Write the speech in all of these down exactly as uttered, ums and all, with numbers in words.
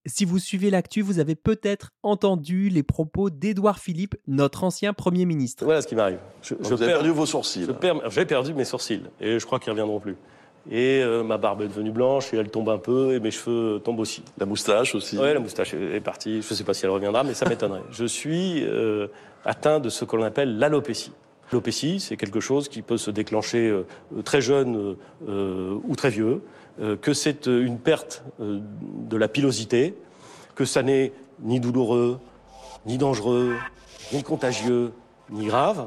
Si vous suivez l'actu, vous avez peut-être entendu les propos d'Édouard Philippe, notre ancien Premier ministre. Voilà ce qui m'arrive. Je, je vous avez perdu vos sourcils. Je perds, j'ai perdu mes sourcils et je crois qu'ils ne reviendront plus. Et euh, ma barbe est devenue blanche et elle tombe un peu et mes cheveux tombent aussi. La moustache aussi. Oui, la moustache est partie. Je ne sais pas si elle reviendra, mais ça m'étonnerait. Je suis euh, atteint de ce que l'on appelle l'alopécie. L'alopécie, c'est quelque chose qui peut se déclencher euh, très jeune euh, ou très vieux, euh, que c'est une perte euh, de la pilosité, que ça n'est ni douloureux, ni dangereux, ni contagieux, ni grave.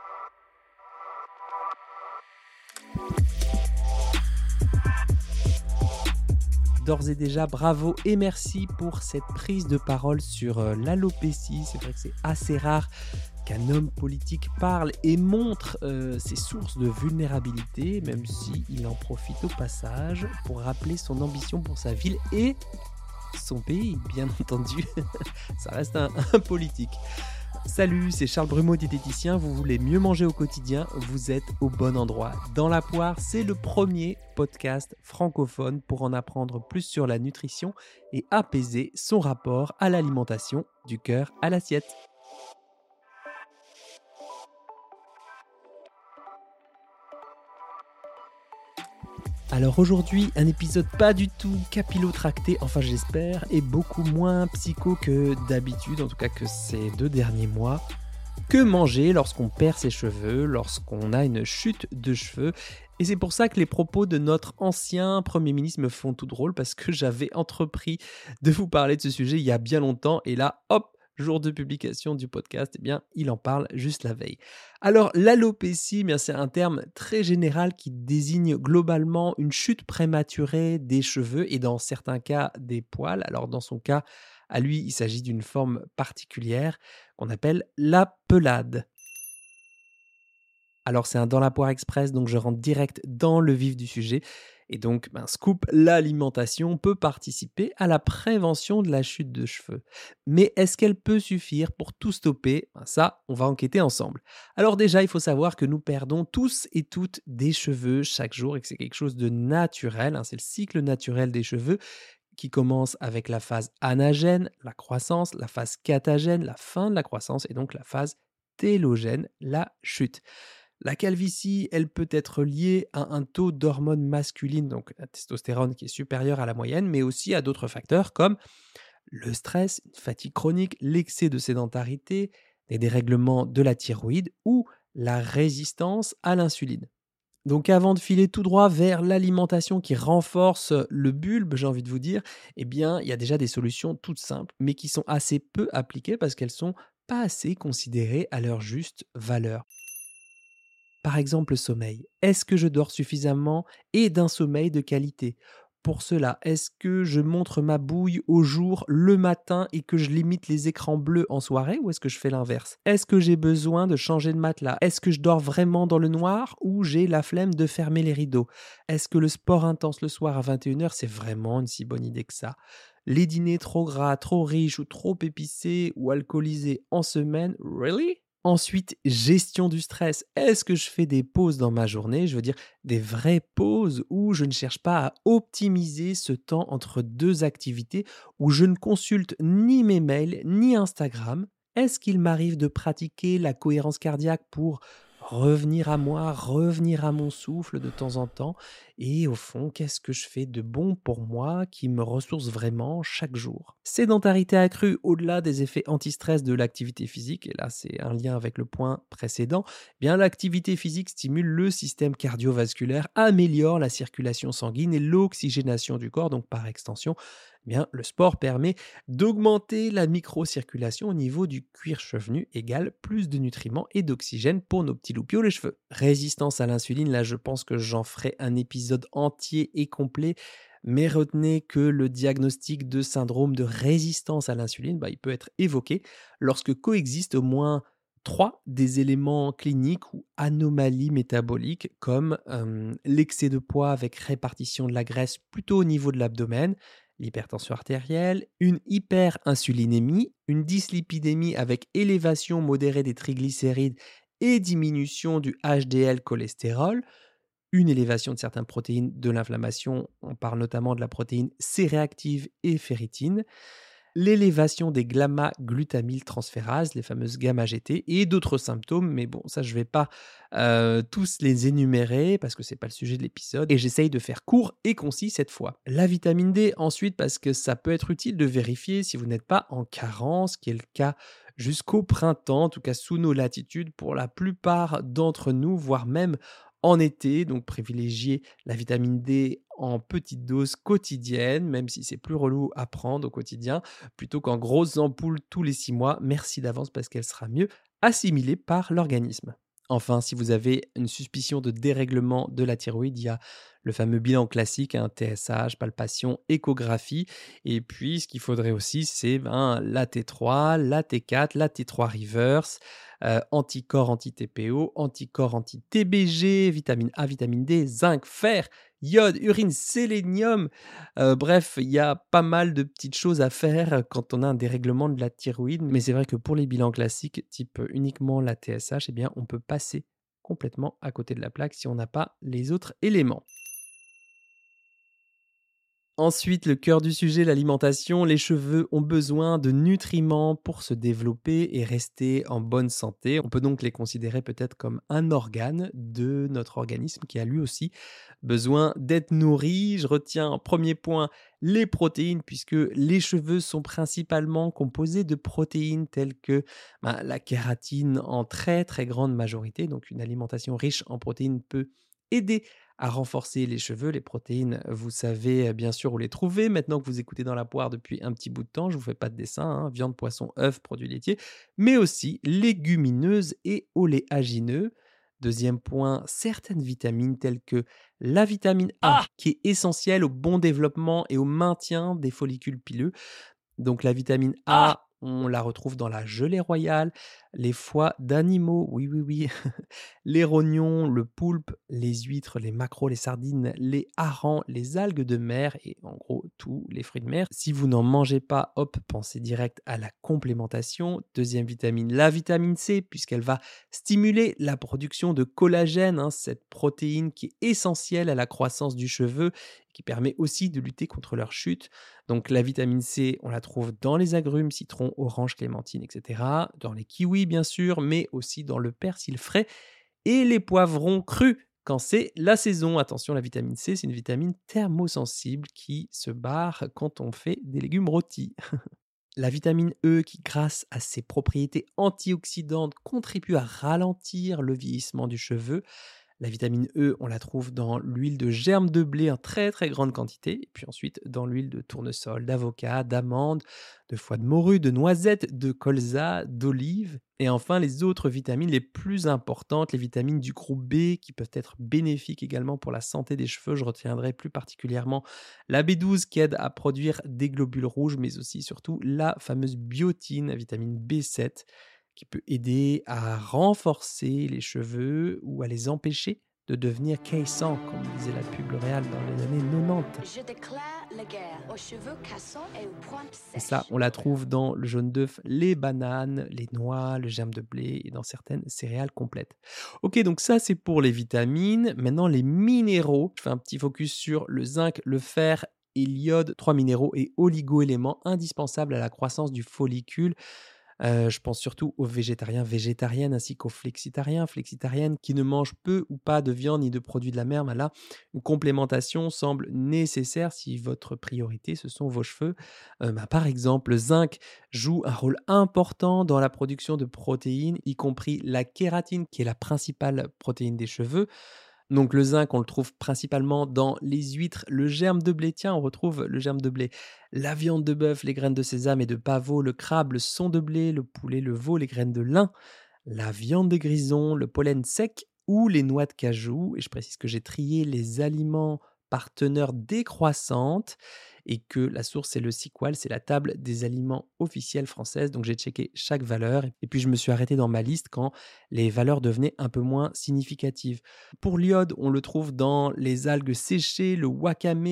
D'ores et déjà, bravo et merci pour cette prise de parole sur euh, l'alopécie. C'est vrai que c'est assez rare qu'un homme politique parle et montre euh, ses sources de vulnérabilité, même s'il en profite au passage pour rappeler son ambition pour sa ville et son pays, bien entendu. Ça reste un, un politique. Salut, c'est Charles Brumeau, diététicien. Vous voulez mieux manger au quotidien, vous êtes au bon endroit. Dans la poire, c'est le premier podcast francophone pour en apprendre plus sur la nutrition et apaiser son rapport à l'alimentation, du cœur à l'assiette. Alors aujourd'hui, un épisode pas du tout capillotracté, enfin j'espère, et beaucoup moins psycho que d'habitude, en tout cas que ces deux derniers mois. Que manger lorsqu'on perd ses cheveux, lorsqu'on a une chute de cheveux? Et c'est pour ça que les propos de notre ancien Premier ministre me font tout drôle, parce que j'avais entrepris de vous parler de ce sujet il y a bien longtemps, et là, hop, jour de publication du podcast, eh bien, il en parle juste la veille. Alors, l'alopécie, eh bien, c'est un terme très général qui désigne globalement une chute prématurée des cheveux et dans certains cas des poils. Alors, dans son cas, à lui, il s'agit d'une forme particulière qu'on appelle la pelade. Alors, c'est un Dans la poire express, donc je rentre direct dans le vif du sujet. Et donc, ben, scoop, l'alimentation peut participer à la prévention de la chute de cheveux. Mais est-ce qu'elle peut suffire pour tout stopper? Ben, ça, on va enquêter ensemble. Alors déjà, il faut savoir que nous perdons tous et toutes des cheveux chaque jour et que c'est quelque chose de naturel, hein, c'est le cycle naturel des cheveux qui commence avec la phase anagène, la croissance, la phase catagène, la fin de la croissance et donc la phase télogène, la chute. La calvitie, elle peut être liée à un taux d'hormones masculines, donc la testostérone qui est supérieure à la moyenne, mais aussi à d'autres facteurs comme le stress, une fatigue chronique, l'excès de sédentarité, des dérèglements de la thyroïde ou la résistance à l'insuline. Donc avant de filer tout droit vers l'alimentation qui renforce le bulbe, j'ai envie de vous dire, eh bien, il y a déjà des solutions toutes simples, mais qui sont assez peu appliquées parce qu'elles sont pas assez considérées à leur juste valeur. Par exemple, le sommeil. Est-ce que je dors suffisamment et d'un sommeil de qualité? Pour cela, est-ce que je montre ma bouille au jour le matin et que je limite les écrans bleus en soirée ou est-ce que je fais l'inverse? Est-ce que j'ai besoin de changer de matelas? Est-ce que je dors vraiment dans le noir ou j'ai la flemme de fermer les rideaux? Est-ce que le sport intense le soir à vingt et une heures, c'est vraiment une si bonne idée que ça? Les dîners trop gras, trop riches ou trop épicés ou alcoolisés en semaine, really? Ensuite, gestion du stress. Est-ce que je fais des pauses dans ma journée? Je veux dire, des vraies pauses où je ne cherche pas à optimiser ce temps entre deux activités, où je ne consulte ni mes mails, ni Instagram. Est-ce qu'il m'arrive de pratiquer la cohérence cardiaque pour revenir à moi, revenir à mon souffle de temps en temps? Et au fond, qu'est-ce que je fais de bon pour moi qui me ressource vraiment chaque jour? Sédentarité accrue au-delà des effets anti-stress de l'activité physique, et là c'est un lien avec le point précédent, eh bien l'activité physique stimule le système cardiovasculaire, améliore la circulation sanguine et l'oxygénation du corps, donc par extension, eh bien, le sport permet d'augmenter la microcirculation au niveau du cuir chevelu, égale plus de nutriments et d'oxygène pour nos petits loupiaux les cheveux. Résistance à l'insuline, là je pense que j'en ferai un épisode entier et complet, mais retenez que le diagnostic de syndrome de résistance à l'insuline, bah, il peut être évoqué lorsque coexistent au moins trois des éléments cliniques ou anomalies métaboliques comme euh, l'excès de poids avec répartition de la graisse plutôt au niveau de l'abdomen, l'hypertension artérielle, une hyperinsulinémie, une dyslipidémie avec élévation modérée des triglycérides et diminution du H D L cholestérol, une élévation de certaines protéines de l'inflammation. On parle notamment de la protéine C-réactive et ferritine. L'élévation des gamma-glutamyltransférases, les fameuses gamma-G T, et d'autres symptômes, mais bon, ça je ne vais pas euh, tous les énumérer parce que ce n'est pas le sujet de l'épisode, et j'essaye de faire court et concis cette fois. La vitamine D, ensuite, parce que ça peut être utile de vérifier si vous n'êtes pas en carence, qui est le cas jusqu'au printemps, en tout cas sous nos latitudes, pour la plupart d'entre nous, voire même en été, donc privilégiez la vitamine D en petite dose quotidienne, même si c'est plus relou à prendre au quotidien, plutôt qu'en grosses ampoules tous les six mois. Merci d'avance parce qu'elle sera mieux assimilée par l'organisme. Enfin, si vous avez une suspicion de dérèglement de la thyroïde, il y a le fameux bilan classique, un T S H, palpation, échographie. Et puis, ce qu'il faudrait aussi, c'est ben, la T trois, la T quatre, la T trois reverse, euh, anticorps anti-T P O, anticorps anti-T B G, vitamine A, vitamine D, zinc, fer, iode, urine, sélénium. Euh, bref, il y a pas mal de petites choses à faire quand on a un dérèglement de la thyroïde. Mais c'est vrai que pour les bilans classiques, type uniquement la T S H, eh bien, on peut passer complètement à côté de la plaque si on n'a pas les autres éléments. Ensuite, le cœur du sujet, l'alimentation. Les cheveux ont besoin de nutriments pour se développer et rester en bonne santé. On peut donc les considérer peut-être comme un organe de notre organisme qui a lui aussi besoin d'être nourri. Je retiens en premier point les protéines, puisque les cheveux sont principalement composés de protéines telles que ben, la kératine en très très grande majorité. Donc une alimentation riche en protéines peut aider à renforcer les cheveux. Les protéines, vous savez bien sûr où les trouver. Maintenant que vous écoutez Dans la poire depuis un petit bout de temps, je ne vous fais pas de dessin, hein, viande, poisson, œufs, produits laitiers, mais aussi légumineuses et oléagineux. Deuxième point, certaines vitamines telles que la vitamine A, qui est essentielle au bon développement et au maintien des follicules pileux. Donc la vitamine A, on la retrouve dans la gelée royale, les foies d'animaux, oui, oui, oui, les rognons, le poulpe, les huîtres, les maquereaux, les sardines, les harengs, les algues de mer et en gros tous les fruits de mer. Si vous n'en mangez pas, hop, pensez direct à la complémentation. Deuxième vitamine, la vitamine C, puisqu'elle va stimuler la production de collagène, hein, cette protéine qui est essentielle à la croissance du cheveu, qui permet aussi de lutter contre leur chute. Donc la vitamine C, on la trouve dans les agrumes, citrons, oranges, clémentines, et cetera. Dans les kiwis, bien sûr, mais aussi dans le persil frais et les poivrons crus quand c'est la saison. Attention, la vitamine C, c'est une vitamine thermosensible qui se barre quand on fait des légumes rôtis. La vitamine E, qui grâce à ses propriétés antioxydantes, contribue à ralentir le vieillissement du cheveu. La vitamine E, on la trouve dans l'huile de germe de blé en très très grande quantité, et puis ensuite dans l'huile de tournesol, d'avocat, d'amande, de foie de morue, de noisette, de colza, d'olive. Et enfin, les autres vitamines les plus importantes, les vitamines du groupe B, qui peuvent être bénéfiques également pour la santé des cheveux. Je retiendrai plus particulièrement la B douze qui aide à produire des globules rouges, mais aussi surtout la fameuse biotine, la vitamine B sept, qui peut aider à renforcer les cheveux ou à les empêcher de devenir cassants, comme disait la pub L'Oréal dans les années quatre-vingt-dix. Je déclare la guerre aux cheveux cassants et aux pointes sèches. Et ça, on la trouve dans le jaune d'œuf, les bananes, les noix, le germe de blé et dans certaines céréales complètes. Ok, donc ça c'est pour les vitamines. Maintenant, les minéraux. Je fais un petit focus sur le zinc, le fer et l'iode, trois minéraux et oligo-éléments indispensables à la croissance du follicule. Euh, je pense surtout aux végétariens, végétariennes, ainsi qu'aux flexitariens, flexitariennes, qui ne mangent peu ou pas de viande ni de produits de la mer. Mais là, une complémentation semble nécessaire si votre priorité, ce sont vos cheveux. Euh, bah, par exemple, le zinc joue un rôle important dans la production de protéines, y compris la kératine, qui est la principale protéine des cheveux. Donc le zinc, on le trouve principalement dans les huîtres, le germe de blé. Tiens, on retrouve le germe de blé. La viande de bœuf, les graines de sésame et de pavot, le crabe, le son de blé, le poulet, le veau, les graines de lin, la viande de grison, le pollen sec ou les noix de cajou. Et je précise que j'ai trié les aliments par teneur décroissante et que la source c'est le SIQUAL, c'est la table des aliments officiels française. Donc j'ai checké chaque valeur et puis je me suis arrêté dans ma liste quand les valeurs devenaient un peu moins significatives. Pour l'iode, on le trouve dans les algues séchées, le wakame,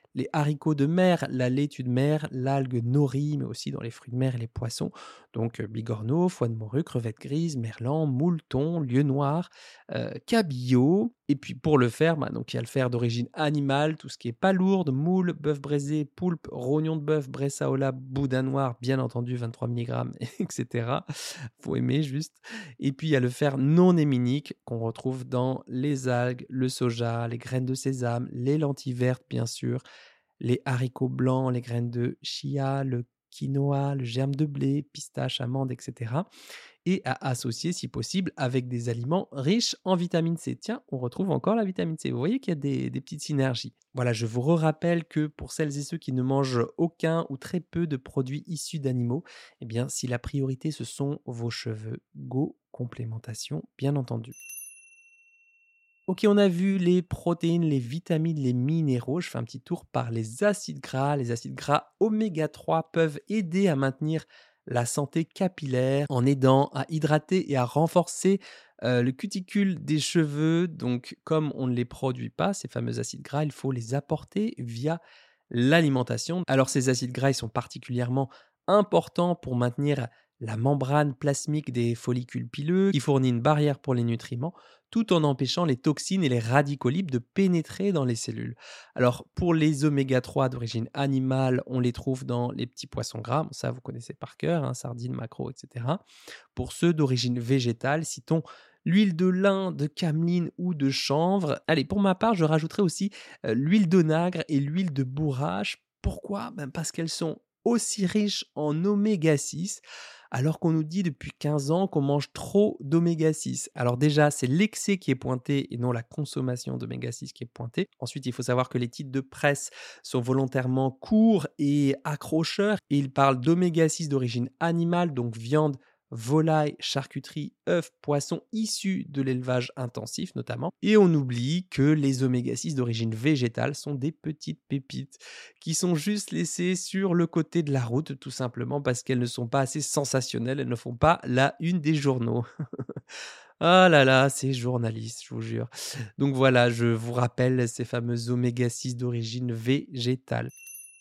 Les haricots de mer, la laitue de mer, l'algue nori, mais aussi dans les fruits de mer et les poissons. Donc euh, bigorneau, foie de morue, crevettes grises, merlan, moule, thon, lieu noir, euh, cabillaud. Et puis pour le fer, bah, donc il y a le fer d'origine animale, tout ce qui est palourde, moule, bœuf braisé, poulpe, rognon de bœuf, bressaola, boudin noir, bien entendu vingt-trois milligrammes, et cetera. Faut aimer juste. Et puis il y a le fer non héminique qu'on retrouve dans les algues, le soja, les graines de sésame, les lentilles vertes bien sûr, les haricots blancs, les graines de chia, le quinoa, le germe de blé, pistache, amande, et cetera. Et à associer, si possible, avec des aliments riches en vitamine C. Tiens, on retrouve encore la vitamine C. Vous voyez qu'il y a des, des petites synergies. Voilà, je vous rappelle que pour celles et ceux qui ne mangent aucun ou très peu de produits issus d'animaux, eh bien, si la priorité ce sont vos cheveux, go complémentation, bien entendu. Ok, on a vu les protéines, les vitamines, les minéraux. Je fais un petit tour par les acides gras. Les acides gras oméga trois peuvent aider à maintenir la santé capillaire en aidant à hydrater et à renforcer euh, le cuticule des cheveux. Donc, comme on ne les produit pas, ces fameux acides gras, il faut les apporter via l'alimentation. Alors, ces acides gras, ils sont particulièrement importants pour maintenir la membrane plasmique des follicules pileux, qui fournit une barrière pour les nutriments, tout en empêchant les toxines et les radicaux libres de pénétrer dans les cellules. Alors, pour les oméga trois d'origine animale, on les trouve dans les petits poissons gras, bon, ça vous connaissez par cœur, hein, sardines, maquereaux, et cetera. Pour ceux d'origine végétale, citons l'huile de lin, de cameline ou de chanvre. Allez, pour ma part, je rajouterai aussi euh, l'huile d'onagre et l'huile de bourrache. Pourquoi ? Ben parce qu'elles sont aussi riches en oméga six, alors qu'on nous dit depuis quinze ans qu'on mange trop d'oméga six. Alors déjà, c'est l'excès qui est pointé et non la consommation d'oméga six qui est pointée. Ensuite, il faut savoir que les titres de presse sont volontairement courts et accrocheurs. Et ils parlent d'oméga six d'origine animale, donc viande, volaille, charcuterie, œufs, poissons issus de l'élevage intensif notamment. Et on oublie que les oméga six d'origine végétale sont des petites pépites qui sont juste laissées sur le côté de la route tout simplement parce qu'elles ne sont pas assez sensationnelles, elles ne font pas la une des journaux. Ah là là, ces journalistes, je vous jure. Donc voilà, je vous rappelle ces fameux oméga six d'origine végétale.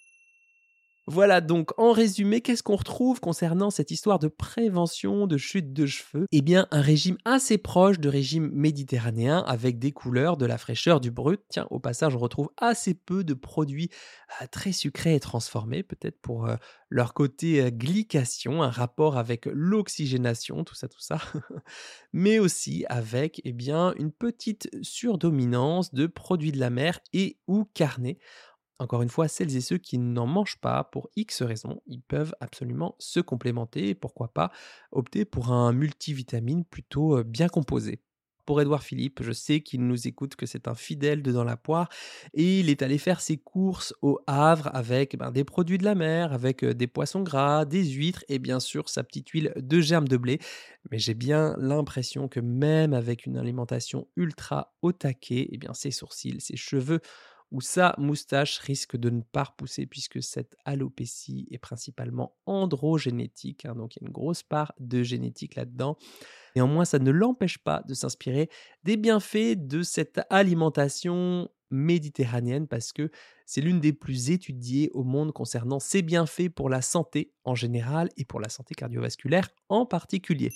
Voilà donc en résumé, qu'est-ce qu'on retrouve concernant cette histoire de prévention de chute de cheveux ? Eh bien un régime assez proche de régime méditerranéen avec des couleurs, de la fraîcheur, du brut. Tiens, au passage, on retrouve assez peu de produits euh, très sucrés et transformés, peut-être pour euh, leur côté euh, glycation, un rapport avec l'oxygénation, tout ça, tout ça. Mais aussi avec eh bien, une petite surdominance de produits de la mer et ou carnés. Encore une fois, celles et ceux qui n'en mangent pas pour X raisons, ils peuvent absolument se complémenter et pourquoi pas opter pour un multivitamine plutôt euh, bien composé. Pour Édouard Philippe, je sais qu'il nous écoute, que c'est un fidèle de Dans la Poire et il est allé faire ses courses au Havre avec ben, des produits de la mer, avec euh, des poissons gras, des huîtres et bien sûr sa petite huile de germe de blé. Mais j'ai bien l'impression que même avec une alimentation ultra au taquet, eh bien ses sourcils, ses cheveux où sa moustache risque de ne pas repousser puisque cette alopécie est principalement androgénétique, hein, donc il y a une grosse part de génétique là-dedans. Néanmoins, ça ne l'empêche pas de s'inspirer des bienfaits de cette alimentation méditerranéenne parce que c'est l'une des plus étudiées au monde concernant ses bienfaits pour la santé en général et pour la santé cardiovasculaire en particulier.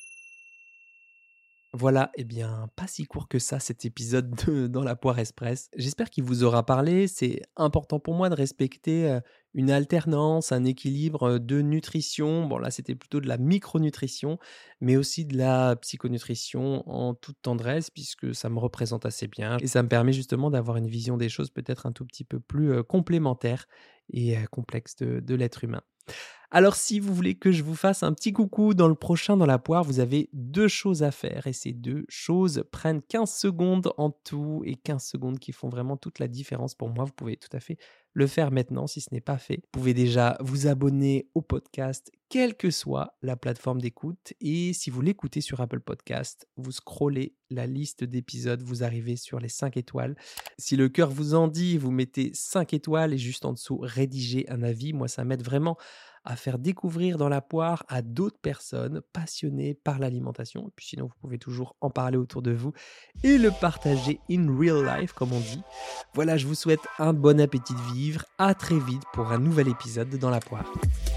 Voilà, eh bien, pas si court que ça cet épisode de Dans la Poire Express. J'espère qu'il vous aura parlé. C'est important pour moi de respecter euh, une alternance, un équilibre euh, de nutrition. Bon, là, c'était plutôt de la micronutrition, mais aussi de la psychonutrition en toute tendresse, puisque ça me représente assez bien. Et ça me permet justement d'avoir une vision des choses peut-être un tout petit peu plus euh, complémentaire et euh, complexe de, de l'être humain. Alors si vous voulez que je vous fasse un petit coucou dans le prochain Dans la Poire, vous avez deux choses à faire et ces deux choses prennent quinze secondes en tout et quinze secondes qui font vraiment toute la différence pour moi. Vous pouvez tout à fait le faire maintenant si ce n'est pas fait. Vous pouvez déjà vous abonner au podcast quelle que soit la plateforme d'écoute. Et si vous l'écoutez sur Apple Podcast, vous scrollez la liste d'épisodes, vous arrivez sur les cinq étoiles. Si le cœur vous en dit, vous mettez cinq étoiles et juste en dessous, rédigez un avis. Moi, ça m'aide vraiment à faire découvrir Dans la poire à d'autres personnes passionnées par l'alimentation. Et puis sinon, vous pouvez toujours en parler autour de vous et le partager in real life, comme on dit. Voilà, je vous souhaite un bon appétit de vivre. À très vite pour un nouvel épisode de Dans la poire.